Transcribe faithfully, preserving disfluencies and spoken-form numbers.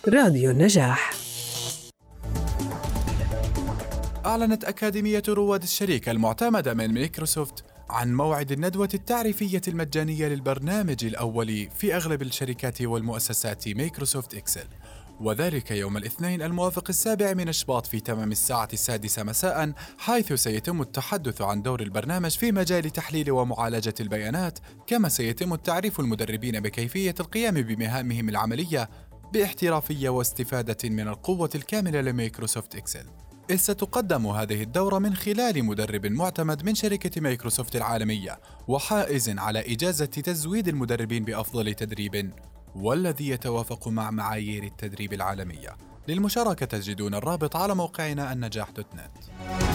راديو النجاح. أعلنت أكاديمية رواد الشركة المعتمدة من مايكروسوفت عن موعد الندوة التعريفية المجانية للبرنامج الأولي في أغلب الشركات والمؤسسات مايكروسوفت إكسل، وذلك يوم الاثنين الموافق السابع من شباط في تمام الساعة السادسة مساء، حيث سيتم التحدث عن دور البرنامج في مجال تحليل ومعالجة البيانات، كما سيتم التعريف المدربين بكيفية القيام بمهامهم العملية باحترافية واستفادة من القوة الكاملة لمايكروسوفت إكسل. إذ ستقدم هذه الدورة من خلال مدرب معتمد من شركة مايكروسوفت العالمية وحائز على إجازة تزويد المدربين بأفضل تدريب والذي يتوافق مع معايير التدريب العالمية. للمشاركة تجدون الرابط على موقعنا النجاح دوت نت.